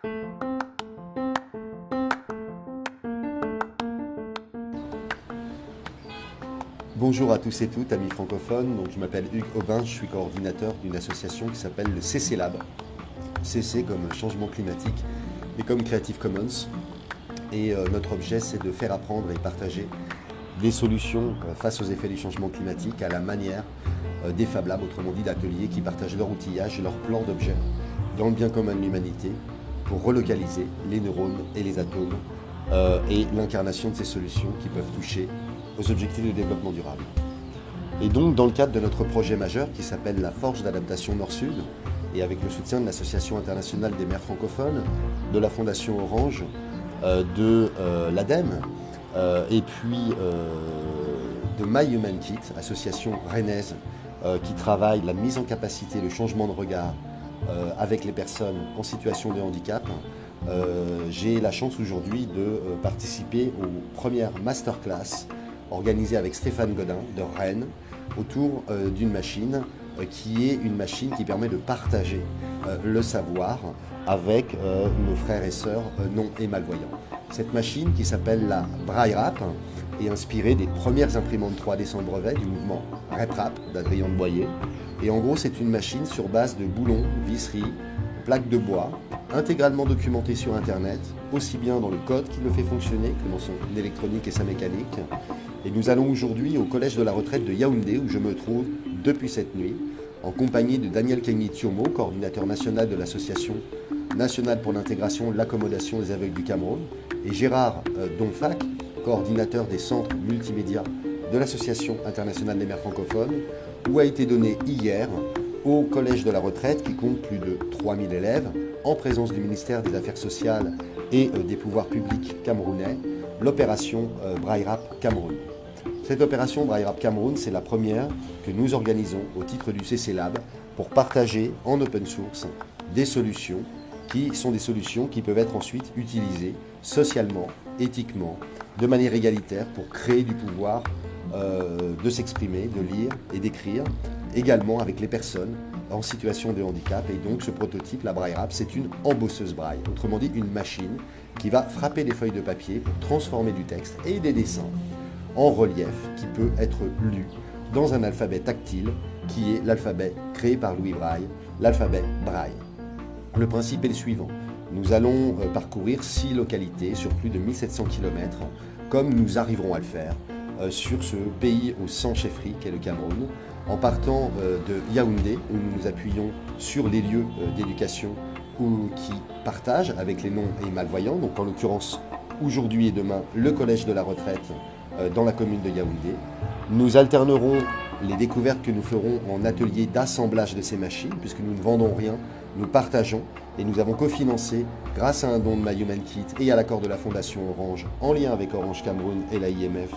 Bonjour à tous et toutes, amis francophones. Donc, je m'appelle Hugues Aubin, je suis coordinateur d'une association qui s'appelle le CC Lab. CC comme changement climatique et comme Creative Commons. Et notre objet, c'est de faire apprendre et partager des solutions face aux effets du changement climatique à la manière des Fab Labs, autrement dit d'ateliers qui partagent leur outillage et leur plan d'objets dans le bien commun de l'humanité pour relocaliser les neurones et les atomes et l'incarnation de ces solutions qui peuvent toucher aux objectifs de développement durable. Et donc, dans le cadre de notre projet majeur qui s'appelle la Forge d'adaptation Nord-Sud, et avec le soutien de l'Association internationale des maires francophones, de la Fondation Orange, de l'ADEME, et puis de My Human Kit, association rennaise qui travaille la mise en capacité, le changement de regard avec les personnes en situation de handicap. J'ai la chance aujourd'hui de participer aux premières masterclass organisées avec Stéphane Godin de Rennes autour d'une machine qui est une machine qui permet de partager le savoir avec nos frères et sœurs non et malvoyants. Cette machine qui s'appelle la Braille-Rap est inspirée des premières imprimantes 3D sans brevet du mouvement RepRap d'Adrien de Boyer. Et en gros, c'est une machine sur base de boulons, visseries, plaques de bois, intégralement documentée sur Internet, aussi bien dans le code qui le fait fonctionner que dans son électronique et sa mécanique. Et nous allons aujourd'hui au Collège de la Retraite de Yaoundé, où je me trouve depuis cette nuit, en compagnie de Daniel Kenny-Thiomo, coordinateur national de l'Association nationale pour l'intégration et l'accommodation des aveugles du Cameroun, et Gérard Donfac, coordinateur des centres multimédia de l'Association internationale des maires francophones, où a été donné hier au Collège de la Retraite, qui compte plus de 3000 élèves, en présence du ministère des Affaires sociales et des pouvoirs publics camerounais, l'opération Braille-Rap Cameroun. Cette opération Braille-Rap Cameroun, c'est la première que nous organisons au titre du CC Lab pour partager en open source des solutions qui sont des solutions qui peuvent être ensuite utilisées socialement, éthiquement, de manière égalitaire pour créer du pouvoir de s'exprimer, de lire et d'écrire, également avec les personnes en situation de handicap. Et donc ce prototype, la Braille-Rap, c'est une embosseuse braille, autrement dit une machine qui va frapper des feuilles de papier pour transformer du texte et des dessins en relief qui peut être lu dans un alphabet tactile qui est l'alphabet créé par Louis Braille, l'alphabet Braille. Le principe est le suivant. Nous allons parcourir 6 localités sur plus de 1700 km, comme nous arriverons à le faire sur ce pays aux 100 chefferies qu'est le Cameroun, en partant de Yaoundé, où nous nous appuyons sur les lieux d'éducation qui partagent avec les non et malvoyants, donc en l'occurrence aujourd'hui et demain le Collège de la Retraite dans la commune de Yaoundé. Nous alternerons les découvertes que nous ferons en atelier d'assemblage de ces machines, puisque nous ne vendons rien, nous partageons, et nous avons cofinancé, grâce à un don de My Human Kit et à l'accord de la Fondation Orange, en lien avec Orange Cameroun et la IMF,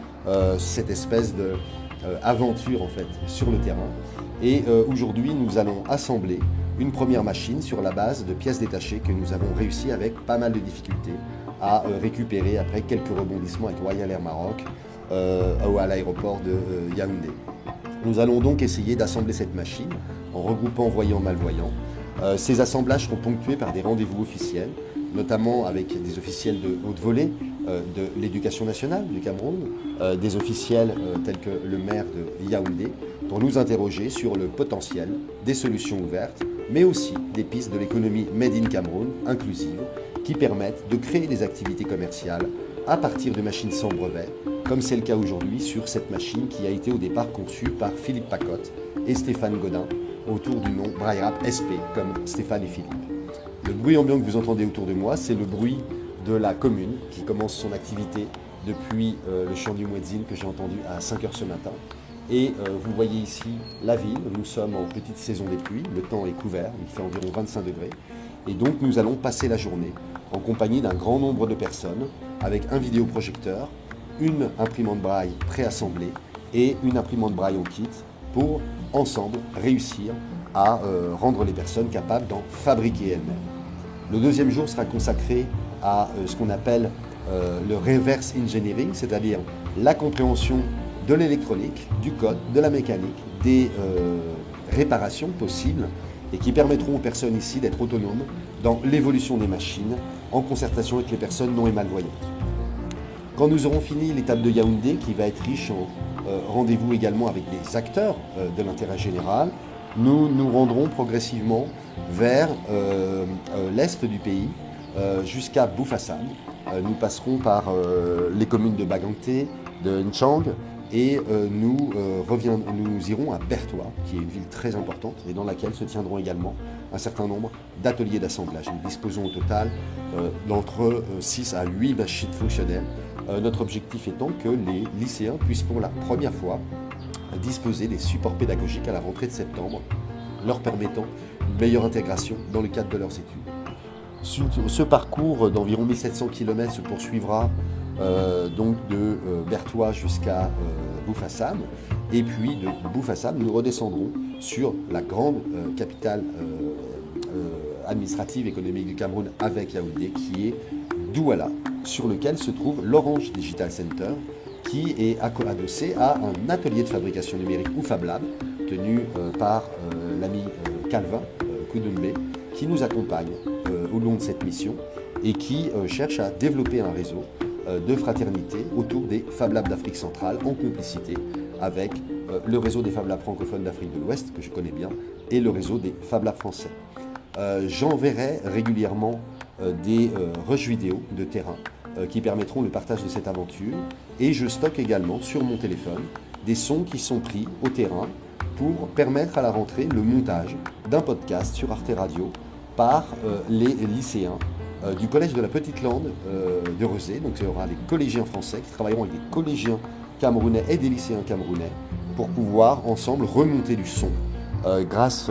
cette espèce de aventure en fait sur le terrain. Et aujourd'hui, nous allons assembler une première machine sur la base de pièces détachées que nous avons réussi avec pas mal de difficultés à récupérer après quelques rebondissements avec Royal Air Maroc à l'aéroport de Yaoundé. Nous allons donc essayer d'assembler cette machine en regroupant voyants-malvoyants. Ces assemblages seront ponctués par des rendez-vous officiels, notamment avec des officiels de haute volée de l'éducation nationale du Cameroun, des officiels tels que le maire de Yaoundé, pour nous interroger sur le potentiel des solutions ouvertes, mais aussi des pistes de l'économie Made in Cameroun inclusive, qui permettent de créer des activités commerciales à partir de machines sans brevet, comme c'est le cas aujourd'hui sur cette machine qui a été au départ conçue par Philippe Pacotte et Stéphane Godin, autour du nom Braille-Rap SP, comme Stéphane et Philippe. Le bruit ambiant que vous entendez autour de moi, c'est le bruit de la commune qui commence son activité depuis le chant du muezzin que j'ai entendu à 5 h ce matin. Et vous voyez ici la ville, nous sommes en petite saison des pluies, le temps est couvert, il fait environ 25 degrés. Et donc nous allons passer la journée en compagnie d'un grand nombre de personnes avec un vidéoprojecteur, une imprimante braille préassemblée et une imprimante braille en kit pour ensemble réussir à rendre les personnes capables d'en fabriquer elles-mêmes. Le deuxième jour sera consacré à ce qu'on appelle le reverse engineering, c'est-à-dire la compréhension de l'électronique, du code, de la mécanique, des réparations possibles et qui permettront aux personnes ici d'être autonomes dans l'évolution des machines en concertation avec les personnes non et malvoyantes. Quand nous aurons fini l'étape de Yaoundé, qui va être riche en rendez-vous également avec des acteurs de l'intérêt général, nous nous rendrons progressivement vers l'est du pays jusqu'à Boufassane. Nous passerons par les communes de Baganté, de Nchang, et nous irons à Bertoua, qui est une ville très importante et dans laquelle se tiendront également un certain nombre d'ateliers d'assemblage. Nous disposons au total d'entre 6 à 8 machines fonctionnelles. Notre objectif étant que les lycéens puissent pour la première fois disposer des supports pédagogiques à la rentrée de septembre, leur permettant une meilleure intégration dans le cadre de leurs études. Ce parcours d'environ 1700 km se poursuivra donc de Bertoua jusqu'à Boufassane, et puis de Boufassane nous redescendrons sur la grande capitale administrative économique du Cameroun avec Yaoundé, qui est Douala, sur lequel se trouve l'Orange Digital Center, qui est adossé à un atelier de fabrication numérique ou Fab Lab, tenu par l'ami Calvin Koudoumbé, qui nous accompagne au long de cette mission et qui cherche à développer un réseau de fraternité autour des Fab Labs d'Afrique centrale, en complicité avec le réseau des Fab Labs francophones d'Afrique de l'Ouest, que je connais bien, et le réseau des Fab Labs français. J'enverrai régulièrement des rushs vidéo de terrain qui permettront le partage de cette aventure, et je stocke également sur mon téléphone des sons qui sont pris au terrain pour permettre à la rentrée le montage d'un podcast sur Arte Radio par les lycéens du collège de la Petite Lande de Rezé. Donc il y aura des collégiens français qui travailleront avec des collégiens camerounais et des lycéens camerounais pour pouvoir ensemble remonter du son grâce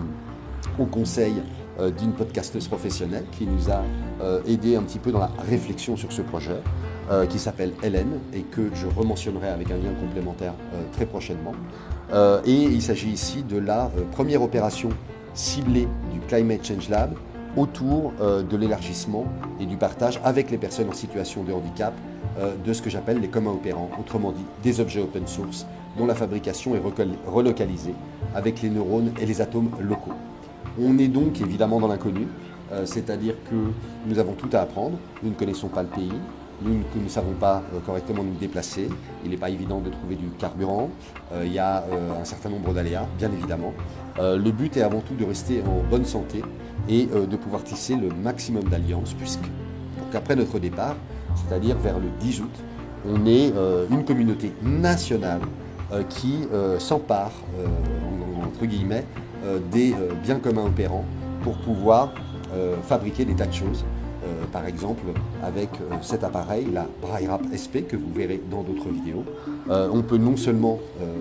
au conseil d'une podcasteuse professionnelle qui nous a aidé un petit peu dans la réflexion sur ce projet, qui s'appelle Hélène et que je rementionnerai avec un lien complémentaire très prochainement. Et il s'agit ici de la première opération ciblée du Climate Change Lab autour de l'élargissement et du partage avec les personnes en situation de handicap de ce que j'appelle les communs opérants, autrement dit des objets open source dont la fabrication est relocalisée avec les neurones et les atomes locaux. On est donc évidemment dans l'inconnu, c'est-à-dire que nous avons tout à apprendre, nous ne connaissons pas le pays, nous ne savons pas correctement nous déplacer, il n'est pas évident de trouver du carburant, il y a un certain nombre d'aléas, bien évidemment. Le but est avant tout de rester en bonne santé et de pouvoir tisser le maximum d'alliances, pour qu'après notre départ, c'est-à-dire vers le 10 août, on ait une communauté nationale qui s'empare, entre guillemets, des biens communs opérants pour pouvoir fabriquer des tas de choses. Par exemple, avec cet appareil, la Braille-Rap SP, que vous verrez dans d'autres vidéos, on peut non seulement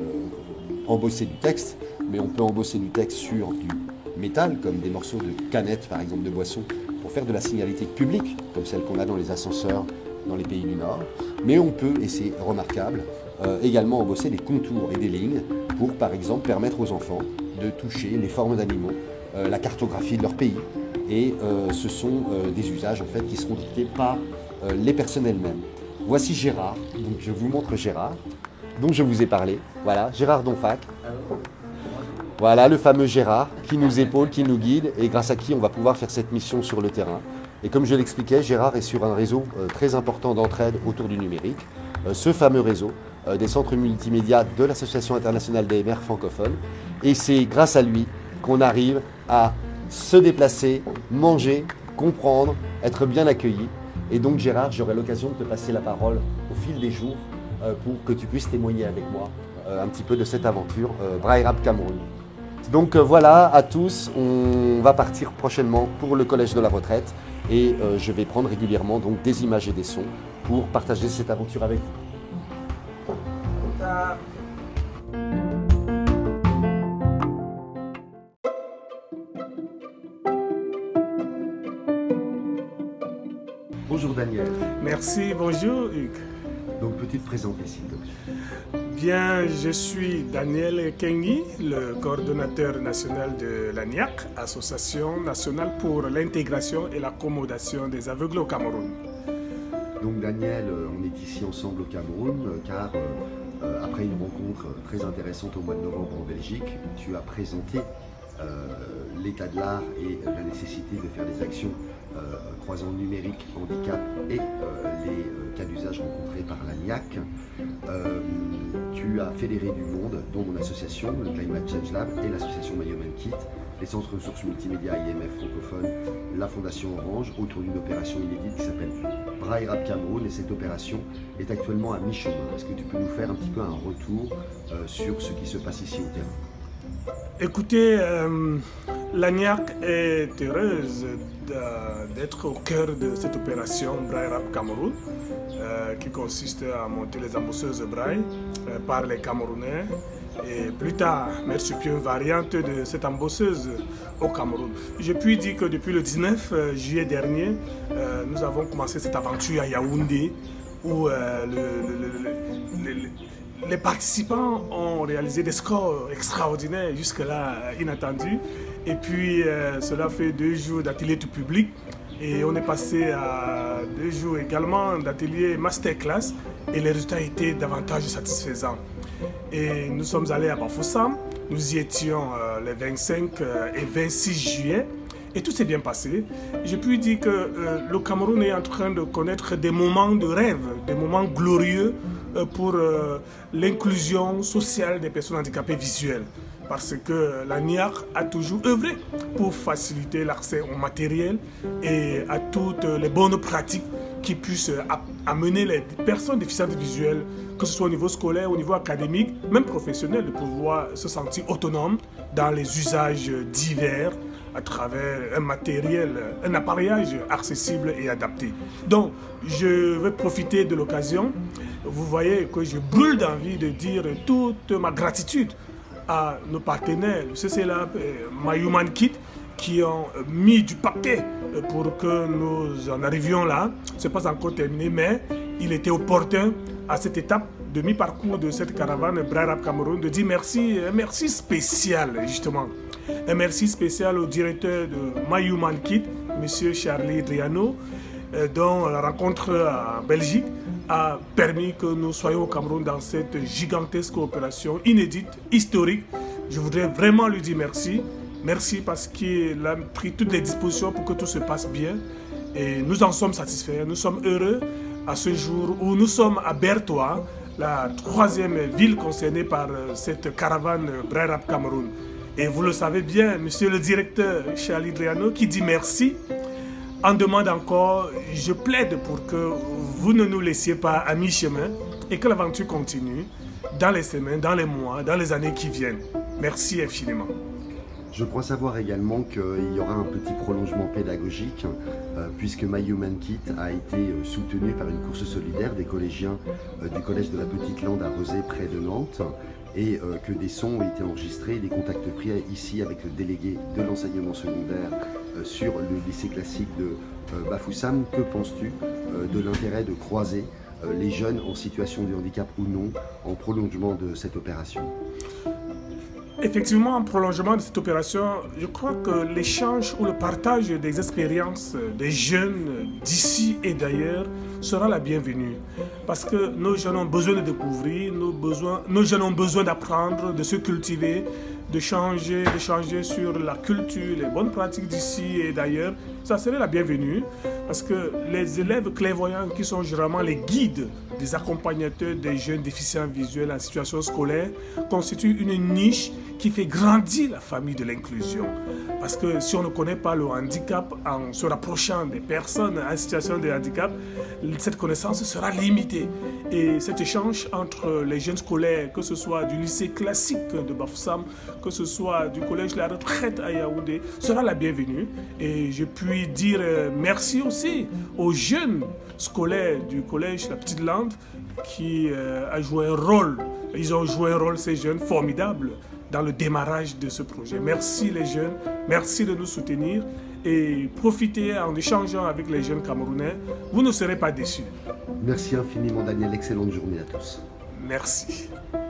embosser du texte, mais on peut embosser du texte sur du métal, comme des morceaux de canettes, par exemple, de boissons, pour faire de la signalétique publique, comme celle qu'on a dans les ascenseurs dans les pays du Nord. Mais on peut, et c'est remarquable, également embosser des contours et des lignes pour, par exemple, permettre aux enfants de toucher les formes d'animaux, la cartographie de leur pays. Et ce sont des usages en fait, qui seront dictés par les personnes elles-mêmes. Voici Gérard, donc je vous montre Gérard, dont je vous ai parlé. Voilà, Gérard Donfac. Voilà le fameux Gérard qui nous épaule, qui nous guide et grâce à qui on va pouvoir faire cette mission sur le terrain. Et comme je l'expliquais, Gérard est sur un réseau très important d'entraide autour du numérique. Ce fameux réseau des centres multimédia de l'Association internationale des maires francophones. Et c'est grâce à lui qu'on arrive à se déplacer, manger, comprendre, être bien accueilli. Et donc Gérard, j'aurai l'occasion de te passer la parole au fil des jours pour que tu puisses témoigner avec moi un petit peu de cette aventure Braille-Rap Cameroun. Donc voilà à tous, on va partir prochainement pour le collège de la retraite et je vais prendre régulièrement donc des images et des sons pour partager cette aventure avec vous. Bonjour Daniel. Merci, bonjour Hugues. Donc peux-tu te présenter s'il te plaît? Bien, je suis Daniel Kengi, le coordonnateur national de l'ANIAC, Association nationale pour l'intégration et l'accommodation des aveugles au Cameroun. Donc Daniel, on est ici ensemble au Cameroun car après une rencontre très intéressante au mois de novembre en Belgique, tu as présenté l'état de l'art et la nécessité de faire des actions croisant numérique, handicap et les cas d'usage rencontrés par l'ANIAC. Tu as fédéré du monde, dont mon association, le Climate Change Lab et l'association My Human Kit, les centres ressources multimédia IMF francophones, la Fondation Orange, autour d'une opération inédite qui s'appelle Braille Rap Cameroun, et cette opération est actuellement à mi-chemin. Est-ce que tu peux nous faire un petit peu un retour sur ce qui se passe ici au terrain? Écoutez, l'ANIAC est heureuse d'être au cœur de cette opération Braille Rap Cameroun, qui consiste à monter les embosseuses braille par les Camerounais. Et plus tard, mettre sur pied une variante de cette embosseuse au Cameroun. Je puis dire que depuis le 19 juillet dernier, nous avons commencé cette aventure à Yaoundé, où les participants ont réalisé des scores extraordinaires, jusque-là inattendus. Et puis, cela fait 2 jours d'atelier tout public. Et on est passé à 2 jours également d'atelier masterclass. Et les résultats étaient davantage satisfaisants. Et nous sommes allés à Bafoussam. Nous y étions les 25 et 26 juillet. Et tout s'est bien passé. Je puis dire que le Cameroun est en train de connaître des moments de rêve, des moments glorieux pour l'inclusion sociale des personnes handicapées visuelles. Parce que l'ANIAC a toujours œuvré pour faciliter l'accès au matériel et à toutes les bonnes pratiques qui puissent amener les personnes déficientes visuelles, que ce soit au niveau scolaire, au niveau académique, même professionnel, de pouvoir se sentir autonomes dans les usages divers à travers un matériel, un appareillage accessible et adapté. Donc, je vais profiter de l'occasion. Vous voyez que je brûle d'envie de dire toute ma gratitude à nos partenaires, le CC Lab et My Human Kit, qui ont mis du paquet pour que nous en arrivions là. Ce n'est pas encore terminé, mais il était opportun à cette étape de mi-parcours de cette caravane Braille Rap Cameroun de dire merci, un merci spécial justement. Un merci spécial au directeur de My Human Kit, M. Charlie Driano, dont la rencontre en Belgique a permis que nous soyons au Cameroun dans cette gigantesque opération inédite, historique. Je voudrais vraiment lui dire merci. Merci parce qu'il a pris toutes les dispositions pour que tout se passe bien. Et nous en sommes satisfaits. Nous sommes heureux à ce jour où nous sommes à Bertois, la 3e ville concernée par cette caravane Braille Rap Cameroun. Et vous le savez bien, monsieur le directeur Charlie Driano, qui dit merci, en demande encore, je plaide pour que vous ne nous laissiez pas à mi-chemin et que l'aventure continue dans les semaines, dans les mois, dans les années qui viennent. Merci infiniment. Je crois savoir également qu'il y aura un petit prolongement pédagogique puisque My Human Kit a été soutenu par une course solidaire des collégiens du collège de la Petite Lande à Rezé près de Nantes et que des sons ont été enregistrés et des contacts pris ici avec le délégué de l'enseignement secondaire sur le lycée classique de Bafoussam. Que penses-tu de l'intérêt de croiser les jeunes en situation de handicap ou non en prolongement de cette opération ? Effectivement, en prolongement de cette opération, je crois que l'échange ou le partage des expériences des jeunes d'ici et d'ailleurs sera la bienvenue. Parce que nos jeunes ont besoin de découvrir, nos jeunes ont besoin d'apprendre, de se cultiver, d'échanger sur la culture, les bonnes pratiques d'ici et d'ailleurs. Ça serait la bienvenue parce que les élèves clairvoyants qui sont généralement les guides des accompagnateurs des jeunes déficients visuels en situation scolaire constituent une niche qui fait grandir la famille de l'inclusion. Parce que si on ne connaît pas le handicap en se rapprochant des personnes en situation de handicap, cette connaissance sera limitée. Et cet échange entre les jeunes scolaires, que ce soit du lycée classique de Bafoussam, que ce soit du collège La Retraite à Yaoundé, sera la bienvenue. Et je puis dire merci aussi aux jeunes scolaires du collège La Petite Lande qui a joué un rôle. Ils ont joué un rôle, ces jeunes, formidable dans le démarrage de ce projet. Merci les jeunes, merci de nous soutenir et profitez en échangeant avec les jeunes Camerounais. Vous ne serez pas déçus. Merci infiniment Daniel, excellente journée à tous. Merci.